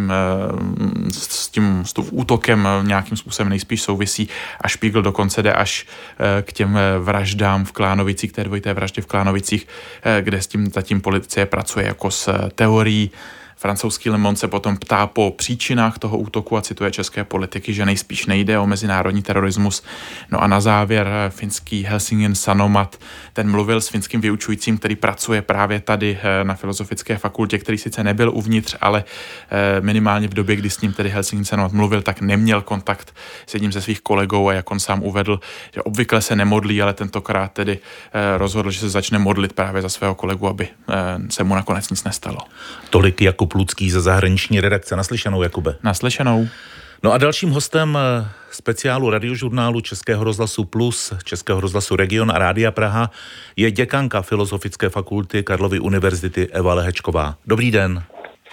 tím útokem nějakým způsobem nejspíš souvisí, a Špígl dokonce jde až k těm vraždám v Klánovicích, k té dvojité vraždě v Klánovicích, kde s tím zatím policie pracuje jako s teorií. Francouzský Le Monde se potom ptá po příčinách toho útoku a cituje české politiky, že nejspíš nejde o mezinárodní terorismus. No a na závěr finský Helsingin Sanomat, ten mluvil s finským vyučujícím, který pracuje právě tady na Filozofické fakultě, který sice nebyl uvnitř, ale minimálně v době, kdy s ním tedy Helsingin Sanomat mluvil, tak neměl kontakt s jedním ze svých kolegů, a jak on sám uvedl, že obvykle se nemodlí, ale tentokrát tedy rozhodl, že se začne modlit právě za svého kolegu, aby se mu nakonec nic nestalo.
Tolik Jakub Lucký ze zahraniční redakce. Naslyšenou, Jakube.
Naslyšenou.
No a dalším hostem speciálu radiožurnálu Českého rozhlasu Plus, Českého rozhlasu Region a Rádia Praha je děkanka Filozofické fakulty Karlovy univerzity Eva Lehečková. Dobrý den.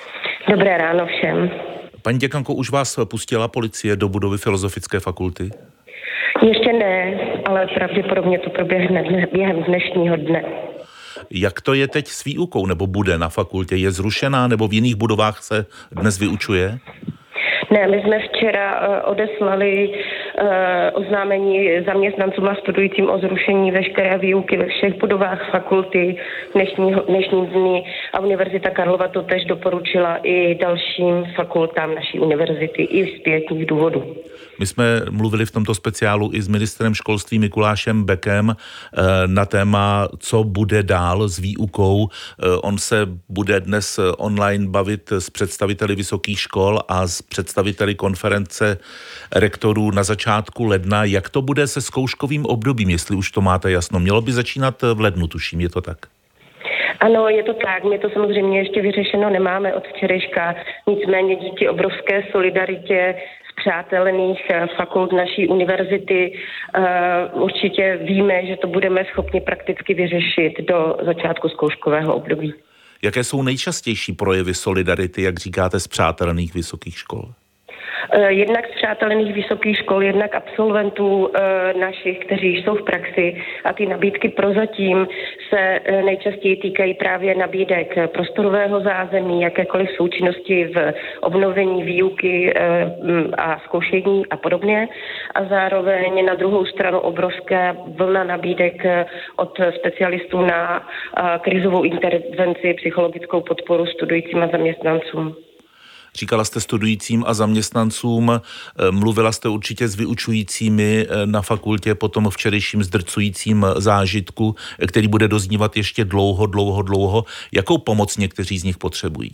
Dobré ráno všem.
Paní děkanko, už vás pustila policie do budovy Filozofické fakulty?
Ještě ne, ale pravděpodobně to proběhne během dnešního dne.
Jak to je teď s výukou, nebo bude na fakultě? Je zrušená, nebo v jiných budovách se dnes vyučuje?
Ne, my jsme včera odeslali oznámení zaměstnancům a studujícím o zrušení veškeré výuky ve všech budovách fakulty dnešní dny a Univerzita Karlova to tež doporučila i dalším fakultám naší univerzity i z zpětných důvodů.
My jsme mluvili v tomto speciálu i s ministrem školství Mikulášem Bekem na téma, co bude dál s výukou. On se bude dnes online bavit s představiteli vysokých škol a s představiteli konference rektorů na začátku ledna. Jak to bude se zkouškovým obdobím, jestli už to máte jasno? Mělo by začínat v lednu, tuším, je to tak?
Ano, je to tak. My to samozřejmě ještě vyřešeno nemáme od včerejška. Nicméně díky obrovské solidaritě spřátelených fakult naší univerzity určitě víme, že to budeme schopni prakticky vyřešit do začátku zkouškového období.
Jaké jsou nejčastější projevy solidarity, jak říkáte, spřátelených vysokých škol?
Jednak spřátelených vysokých škol, jednak absolventů našich, kteří jsou v praxi, a ty nabídky prozatím se nejčastěji týkají právě nabídek prostorového zázemí, jakékoliv součinnosti v obnovení výuky a zkoušení a podobně. A zároveň na druhou stranu obrovská vlna nabídek od specialistů na krizovou intervenci, psychologickou podporu studujícím a zaměstnancům.
Říkala jste studujícím a zaměstnancům, mluvila jste určitě s vyučujícími na fakultě po tom včerejším zdrcujícím zážitku, který bude doznívat ještě dlouho. Jakou pomoc někteří z nich potřebují?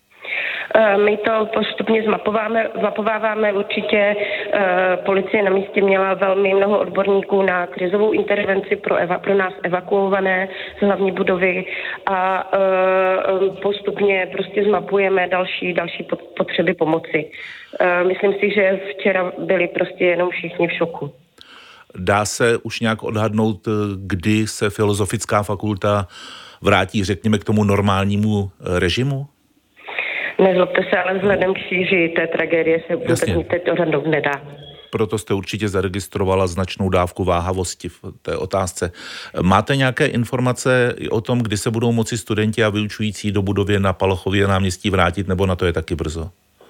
My to postupně zmapováváme určitě. Policie na místě měla velmi mnoho odborníků na krizovou intervenci pro nás evakuované z hlavní budovy a postupně prostě zmapujeme další potřeby pomoci. Myslím si, že včera byli prostě jenom všichni v šoku.
Dá se už nějak odhadnout, kdy se Filozofická fakulta vrátí, řekněme, k tomu normálnímu režimu?
Nezlobte se, ale vzhledem k šíři té tragédie se vůbec teď odhadnout nedá.
Proto jste určitě zaregistrovala značnou dávku váhavosti v té otázce. Máte nějaké informace o tom, kdy se budou moci studenti a vyučující do budovy na Palochově náměstí vrátit, nebo na to je taky brzo?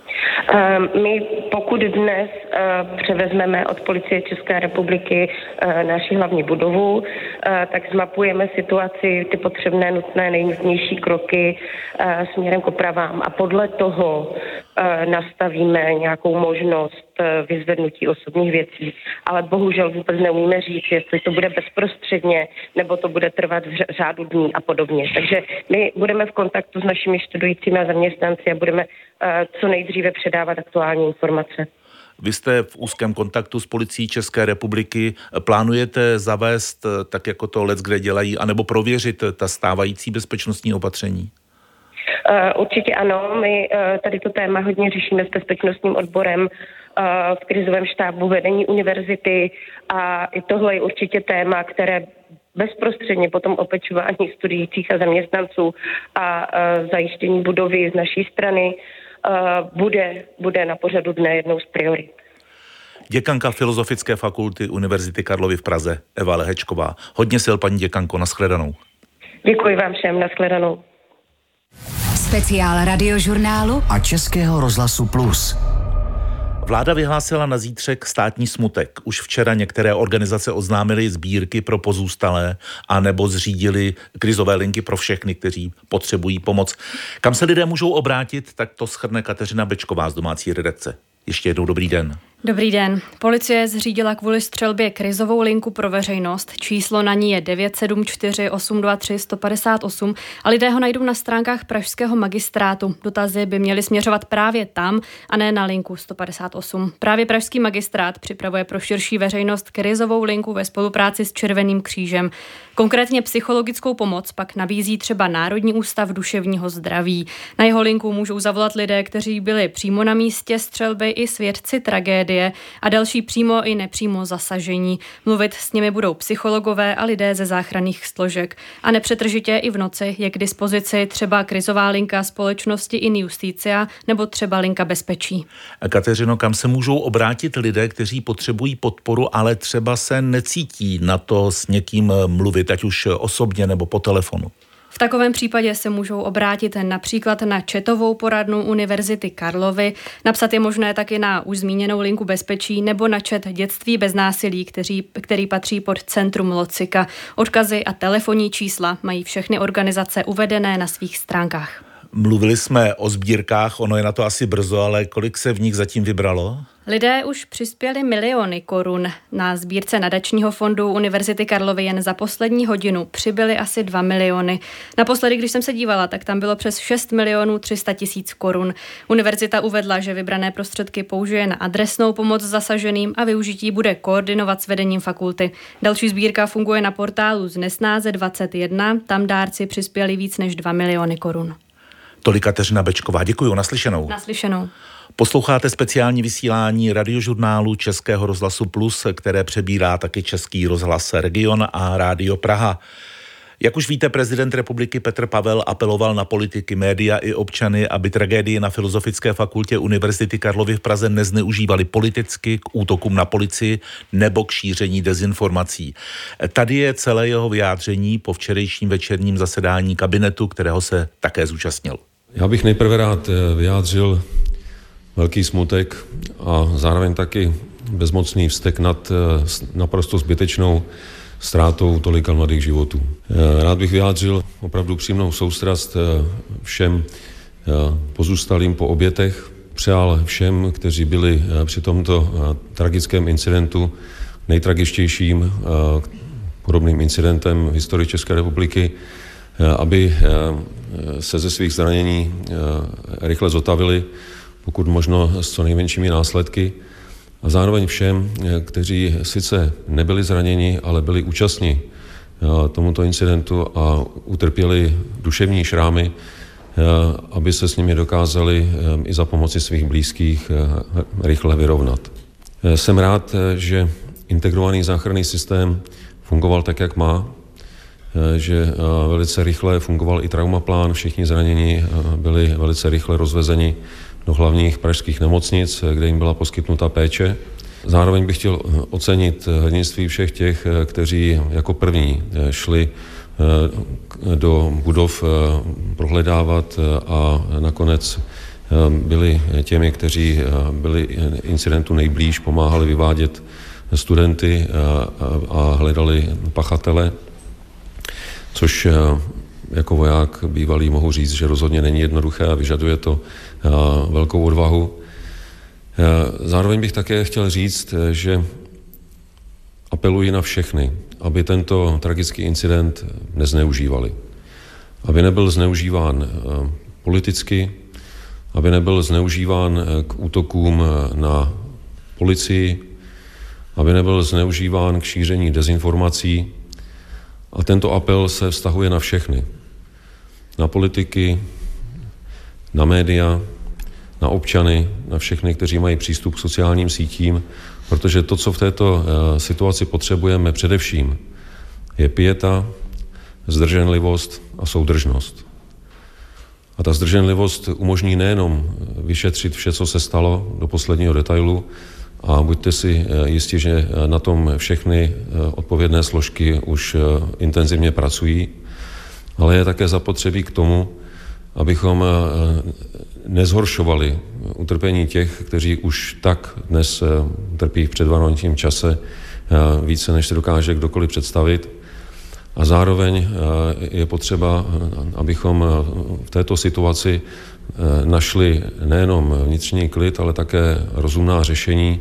My pokud dnes převezmeme od Policie České republiky naši hlavní budovu, tak zmapujeme situaci, ty potřebné, nutné, nejnutnější kroky směrem k opravám a podle toho nastavíme nějakou možnost vyzvednutí osobních věcí. Ale bohužel vůbec neumíme říct, jestli to bude bezprostředně, nebo to bude trvat v řádu dní a podobně. Takže my budeme v kontaktu s našimi studujícími a zaměstnanci a budeme co nejdříve předávat aktuální informace.
Vy jste v úzkém kontaktu s policií České republiky. Plánujete zavést, tak jako to leckde dělají, anebo prověřit ta stávající bezpečnostní opatření?
Určitě ano. My tady to téma hodně řešíme s bezpečnostním odborem v krizovém štábu vedení univerzity a i tohle je určitě téma, které bezprostředně potom opečování studujících a zaměstnanců a zajištění budovy z naší strany bude na pořadu dne jednou z priorit.
Děkanka Filozofické fakulty Univerzity Karlovy v Praze, Eva Lehečková. Hodně sil, paní děkanko, nashledanou.
Děkuji vám všem, nashledanou.
Speciál Radiožurnálu a Českého rozhlasu Plus.
Vláda vyhlásila na zítřek státní smutek. Už včera některé organizace oznámily sbírky pro pozůstalé a nebo zřídili krizové linky pro všechny, kteří potřebují pomoc. Kam se lidé můžou obrátit, tak to shrne Kateřina Bečková z domácí redakce. Ještě jednou dobrý den.
Dobrý den. Policie zřídila kvůli střelbě krizovou linku pro veřejnost. Číslo na ní je 974 823 158 a lidé ho najdou na stránkách pražského magistrátu. Dotazy by měly směřovat právě tam a ne na linku 158. Právě pražský magistrát připravuje pro širší veřejnost krizovou linku ve spolupráci s Červeným křížem. Konkrétně psychologickou pomoc pak nabízí třeba Národní ústav duševního zdraví. Na jeho linku můžou zavolat lidé, kteří byli přímo na místě střelby i svědci tragédie tragédie a další přímo i nepřímo zasažení. Mluvit s nimi budou psychologové a lidé ze záchranných složek. A nepřetržitě i v noci je k dispozici třeba krizová linka společnosti In Justitia nebo třeba linka bezpečí.
Kateřino, kam se můžou obrátit lidé, kteří potřebují podporu, ale třeba se necítí na to s někým mluvit, ať už osobně nebo po telefonu?
V takovém případě se můžou obrátit například na chatovou poradnu Univerzity Karlovy. Napsat je možné taky na už zmíněnou linku bezpečí nebo na chat Dětství bez násilí, který patří pod Centrum Locika. Odkazy a telefonní čísla mají všechny organizace uvedené na svých stránkách.
Mluvili jsme o sbírkách, ono je na to asi brzo, ale kolik se v nich zatím vybralo?
Lidé už přispěli miliony korun. Na sbírce nadačního fondu Univerzity Karlovy jen za poslední hodinu přibyly asi 2 miliony. Naposledy, když jsem se dívala, tak tam bylo přes 6 milionů 300 tisíc korun. Univerzita uvedla, že vybrané prostředky použije na adresnou pomoc zasaženým a využití bude koordinovat s vedením fakulty. Další sbírka funguje na portálu Znesnáze 21, tam dárci přispěli víc než 2 miliony korun.
Tolik Kateřina Bečková. Děkuji, naslyšenou.
Naslyšenou.
Posloucháte speciální vysílání radiožurnálu Českého rozhlasu Plus, které přebírá taky Český rozhlas Region a Rádio Praha. Jak už víte, prezident republiky Petr Pavel apeloval na politiky, média i občany, aby tragédii na Filozofické fakultě Univerzity Karlovy v Praze nezneužívali politicky k útokům na policii nebo k šíření dezinformací. Tady je celé jeho vyjádření po včerejším večerním zasedání kabinetu, kterého se také zúčastnil.
Já bych nejprve rád vyjádřil velký smutek a zároveň taky bezmocný vztek nad naprosto zbytečnou ztrátou tolika mladých životů. Rád bych vyjádřil opravdu přímou soustrast všem pozůstalým po obětech. Přál všem, kteří byli při tomto tragickém incidentu, nejtragičtějším podobným incidentem v historii České republiky, aby se ze svých zranění rychle zotavili, pokud možno s co nejmenšími následky. A zároveň všem, kteří sice nebyli zraněni, ale byli účastní tomuto incidentu a utrpěli duševní šrámy, aby se s nimi dokázali i za pomoci svých blízkých rychle vyrovnat. Jsem rád, že integrovaný záchranný systém fungoval tak, jak má, že velice rychle fungoval i traumaplán, všichni zranění byli velice rychle rozvezeni do hlavních pražských nemocnic, kde jim byla poskytnuta péče. Zároveň bych chtěl ocenit hrdinství všech těch, kteří jako první šli do budov prohledávat a nakonec byli těmi, kteří byli incidentu nejblíž, pomáhali vyvádět studenty a hledali pachatele, což jako voják bývalý mohu říct, že rozhodně není jednoduché a vyžaduje to velkou odvahu. Zároveň bych také chtěl říct, že apeluji na všechny, aby tento tragický incident nezneužívali. Aby nebyl zneužíván politicky, aby nebyl zneužíván k útokům na policii, aby nebyl zneužíván k šíření dezinformací. A tento apel se vztahuje na všechny. Na politiky, na média, na občany, na všechny, kteří mají přístup k sociálním sítím, protože to, co v této situaci potřebujeme především, je pieta, zdrženlivost a soudržnost. A ta zdrženlivost umožní nejenom vyšetřit vše, co se stalo do posledního detailu, a buďte si jistí, že na tom všechny odpovědné složky už intenzivně pracují, ale je také zapotřebí k tomu, abychom nezhoršovali utrpení těch, kteří už tak dnes trpí v předvánočním čase více, než se dokáže kdokoliv představit. A zároveň je potřeba, abychom v této situaci našli nejenom vnitřní klid, ale také rozumná řešení,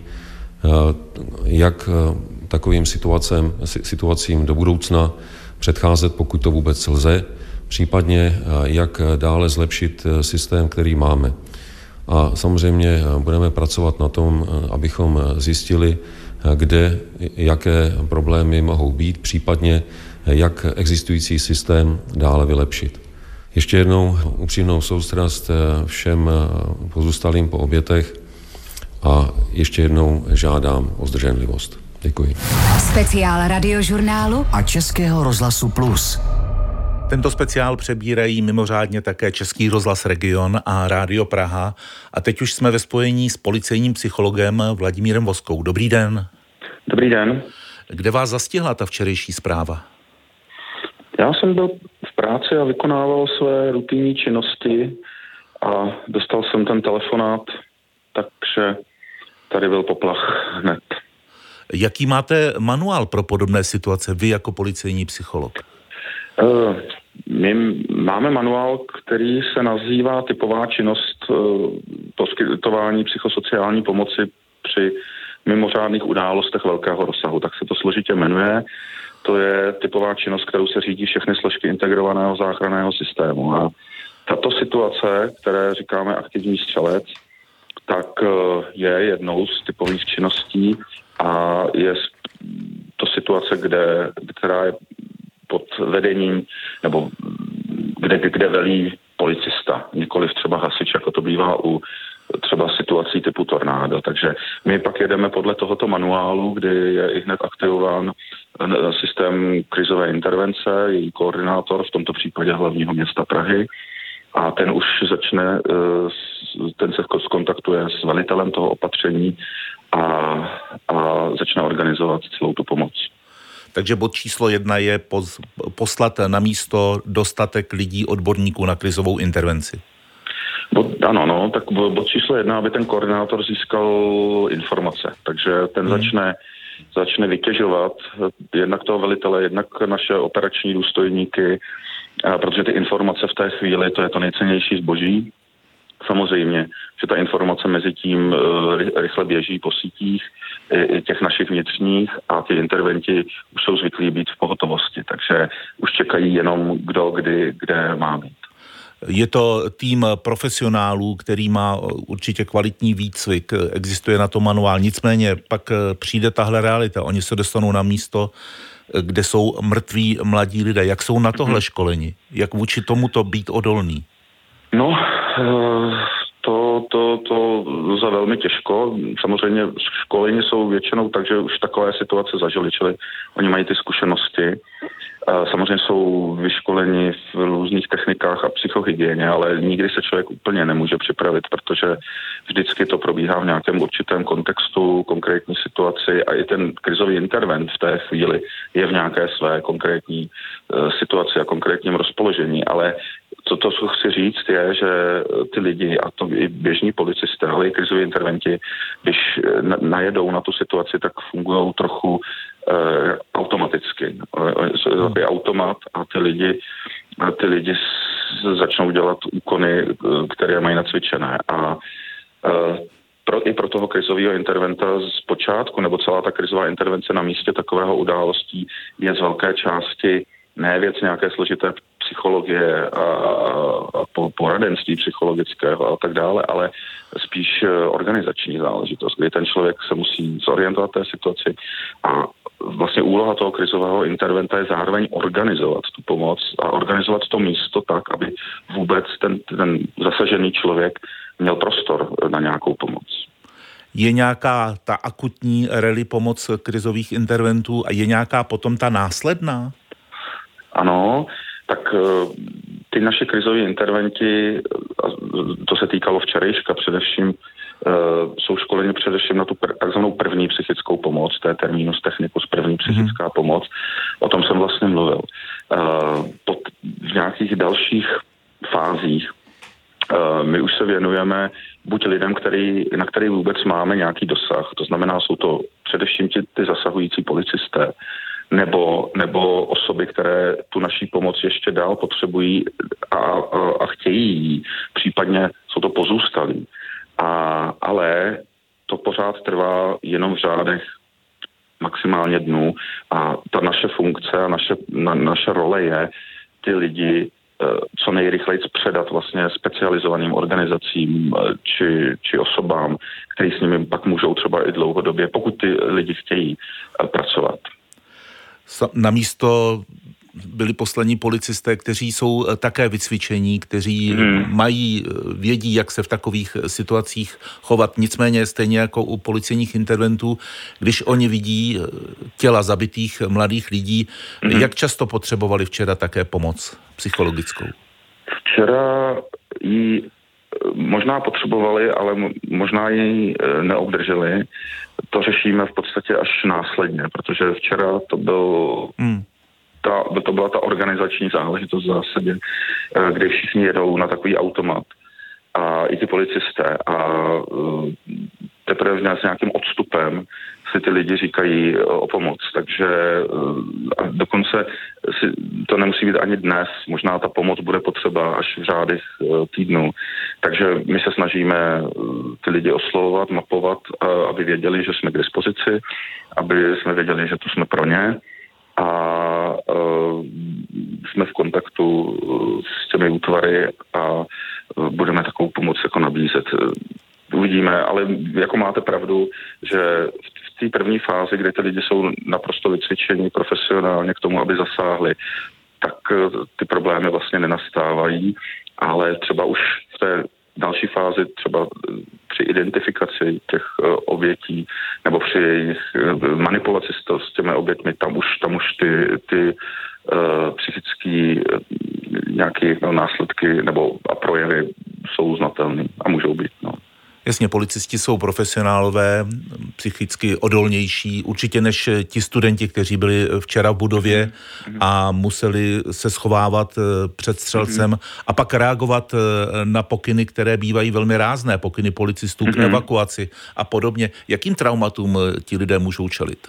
jak takovým situacím do budoucna předcházet, pokud to vůbec lze, případně jak dále zlepšit systém, který máme. A samozřejmě budeme pracovat na tom, abychom zjistili, kde, jaké problémy mohou být, případně jak existující systém dále vylepšit. Ještě jednou upřímnou soustrast všem pozůstalým po obětech a ještě jednou žádám o zdrženlivost. Děkuji.
Speciál Radiožurnálu a Českého rozhlasu Plus.
Tento speciál přebírají mimořádně také Český rozhlas Region a Rádio Praha. A teď už jsme ve spojení s policejním psychologem Vladimírem Voskou. Dobrý den.
Dobrý den.
Kde vás zastihla ta včerejší zpráva?
Já jsem byl v práci a vykonával své rutinní činnosti a dostal jsem ten telefonát, takže tady byl poplach hned.
Jaký máte manuál pro podobné situace, vy jako policejní psycholog?
My máme manuál, který se nazývá typová činnost poskytování psychosociální pomoci při mimořádných událostech velkého rozsahu. Tak se to složitě jmenuje. To je typová činnost, kterou se řídí všechny složky integrovaného záchranného systému. A tato situace, které říkáme aktivní střelec, tak je jednou z typových činností a je to situace, která je pod vedením, nebo kde velí policista, nikoliv třeba hasič, jako to bývá u třeba situací typu tornádo. Takže my pak jedeme podle tohoto manuálu, kdy je i hned aktivován systém krizové intervence, její koordinátor, v tomto případě hlavního města Prahy, a ten se skontaktuje s velitelem toho opatření a začne organizovat celou tu pomoc.
Takže bod číslo 1 je poslat na místo dostatek lidí, odborníků na krizovou intervenci.
Tak bod číslo 1, aby ten koordinátor získal informace. Takže ten začne vytěžovat jednak toho velitele, jednak naše operační důstojníky, protože ty informace v té chvíli, to je to nejcennější zboží. Samozřejmě, že ta informace mezi tím rychle běží po sítích i těch našich vnitřních a ty interventi už jsou zvyklí být v pohotovosti, takže už čekají jenom kdo, kde má být.
Je to tým profesionálů, který má určitě kvalitní výcvik, existuje na to manuál, nicméně pak přijde tahle realita, oni se dostanou na místo, kde jsou mrtví mladí lidé. Jak jsou na tohle školeni? Jak vůči tomuto být odolný?
No, to za velmi těžko. Samozřejmě školení jsou většinou tak, že už takové situace zažili, čili oni mají ty zkušenosti. Samozřejmě jsou vyškoleni v různých technikách a psychohygieně, ale nikdy se člověk úplně nemůže připravit, protože vždycky to probíhá v nějakém určitém kontextu, konkrétní situaci a i ten krizový intervent v té chvíli je v nějaké své konkrétní situaci a konkrétním rozpoložení, ale co chci říct je, že ty lidi, a to i běžní policisté, ale i krizoví interventi, když najedou na tu situaci, tak fungují trochu automaticky. Je automat a ty lidi začnou dělat úkony, které mají nacvičené. A i pro toho krizového interventa z počátku, nebo celá ta krizová intervence na místě takového událostí je z velké části ne věc nějaké složité psychologie a poradenství psychologického a tak dále, ale spíš organizační záležitost, kdy ten člověk se musí zorientovat té situaci a vlastně úloha toho krizového interventa je zároveň organizovat tu pomoc a organizovat to místo tak, aby vůbec ten zasažený člověk měl prostor na nějakou pomoc.
Je nějaká ta akutní rally pomoc krizových interventů a je nějaká potom ta následná?
Ano, tak ty naše krizoví interventi, to se týkalo včerejška především, jsou školeni především na tu takzvanou první psychickou pomoc, to je terminus technicus první psychická pomoc, o tom jsem vlastně mluvil. V nějakých dalších fázích my už se věnujeme buď lidem, na který vůbec máme nějaký dosah, to znamená, jsou to především ty zasahující policisté, nebo osoby, které tu naší pomoc ještě dál potřebují a chtějí jí, případně jsou to pozůstalí. Ale to pořád trvá jenom v řádech maximálně dnů a ta naše funkce a naše role je ty lidi co nejrychleji předat vlastně specializovaným organizacím či osobám, který s nimi pak můžou třeba i dlouhodobě, pokud ty lidi chtějí pracovat.
Na místo byli poslaní policisté, kteří jsou také vycvičení, kteří vědí, jak se v takových situacích chovat. Nicméně stejně jako u policejních interventů, když oni vidí těla zabitých mladých lidí, jak často potřebovali včera také pomoc psychologickou?
Včera ji možná potřebovali, ale možná ji neobdrželi. To řešíme v podstatě až následně, protože včera to byla ta organizační záležitost v zásadě, kdy všichni jedou na takový automat a i ty policisté a teprve s nějakým odstupem si ty lidi říkají o pomoc, takže dokonce to nemusí být ani dnes, možná ta pomoc bude potřeba až v řádech týdnů, takže my se snažíme ty lidi oslovovat, mapovat, aby věděli, že jsme k dispozici, aby jsme věděli, že tu jsme pro ně a jsme v kontaktu s těmi útvary a budeme takovou pomoc jako nabízet. Uvidíme, ale jako máte pravdu, že v té první fázi, kdy ty lidi jsou naprosto vycvičení profesionálně k tomu, aby zasáhli, tak ty problémy vlastně nenastávají, ale třeba už v té další fázi, třeba při identifikaci těch obětí nebo při jejich manipulaci s těmi oběťmi, tam už ty psychické nějaké následky nebo a projevy jsou znatelné a můžou být.
Jasně, policisti jsou profesionálové, psychicky odolnější, určitě než ti studenti, kteří byli včera v budově a museli se schovávat před střelcem a pak reagovat na pokyny, které bývají velmi rázné, pokyny policistů k evakuaci a podobně. Jakým traumatům ti lidé můžou čelit?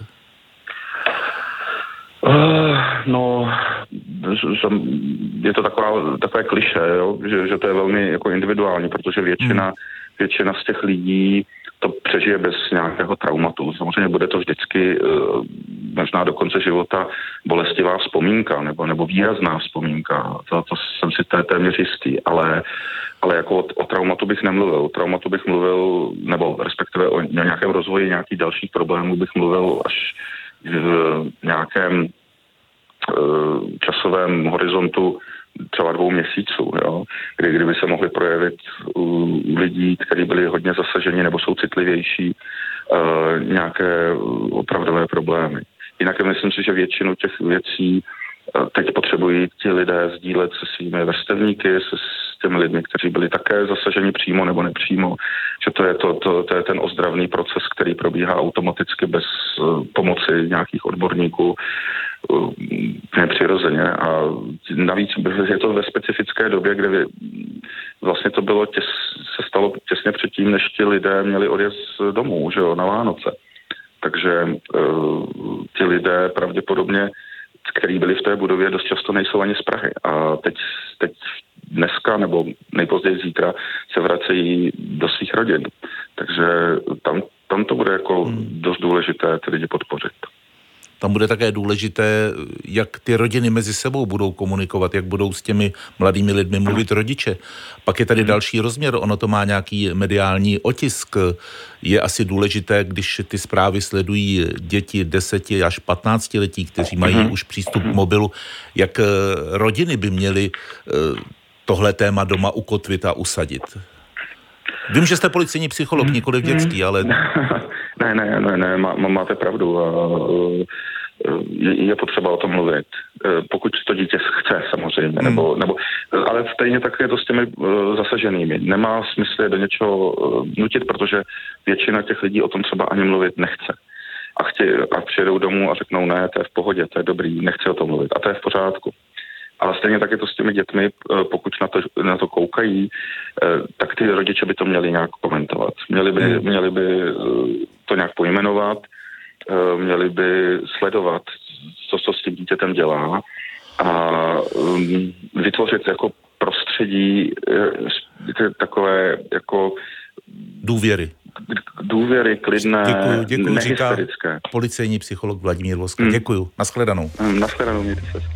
Je to takové klišé, jo? Že to je velmi jako individuální, protože většina z těch lidí to přežije bez nějakého traumatu. Samozřejmě bude to vždycky možná do konce života bolestivá vzpomínka nebo výrazná vzpomínka. To jsem si téměř jistý, ale jako o traumatu bych nemluvil. O traumatu bych mluvil, nebo respektive o nějakém rozvoji nějakých dalších problémů bych mluvil až v nějakém časovém horizontu třeba 2 měsíců, jo? Kdyby se mohly projevit u lidí, kteří byli hodně zasaženi nebo jsou citlivější, nějaké opravdové problémy. Jinak myslím si, že většinu těch věcí teď potřebují ti lidé sdílet se svými vrstevníky, s těmi lidmi, kteří byli také zasaženi přímo nebo nepřímo, že to je ten ozdravný proces, který probíhá automaticky bez pomoci nějakých odborníků, nepřirozeně. A navíc je to ve specifické době, kde vlastně to bylo se stalo těsně předtím, než ti lidé měli odjezd domů, že jo, na Vánoce. Takže ti lidé pravděpodobně, který byli v té budově, dost často nejsou ani z Prahy. A teď dneska nebo nejpozději zítra se vracejí do svých rodin. Takže tam to bude jako dost důležité ty lidi podpořit.
Tam bude také důležité, jak ty rodiny mezi sebou budou komunikovat, jak budou s těmi mladými lidmi mluvit rodiče. Pak je tady další rozměr, ono to má nějaký mediální otisk. Je asi důležité, když ty zprávy sledují děti 10 až 15 letí, kteří mají už přístup k mobilu, jak rodiny by měly tohle téma doma ukotvit a usadit. Vím, že jste policejní psycholog, nikoliv dětský, ale...
Ne, máte pravdu. Je potřeba o tom mluvit. Pokud to dítě chce, samozřejmě. Ale stejně tak je to s těmi zasaženými. Nemá smysl je do něčeho nutit, protože většina těch lidí o tom třeba ani mluvit nechce. A přijedou domů a řeknou, ne, to je v pohodě, to je dobrý, nechci o tom mluvit. A to je v pořádku. Ale stejně tak je to s těmi dětmi, pokud na to koukají, tak ty rodiče by to měli nějak komentovat. Měli by to nějak pojmenovat, měli by sledovat, co s tím dítětem dělá a vytvořit jako prostředí takové jako důvěry, klidné,
děkuju, říká
nehysterické.
Policejní psycholog Vladimír Voska. Děkuju, nashledanou.
Nashledanou, mějte se.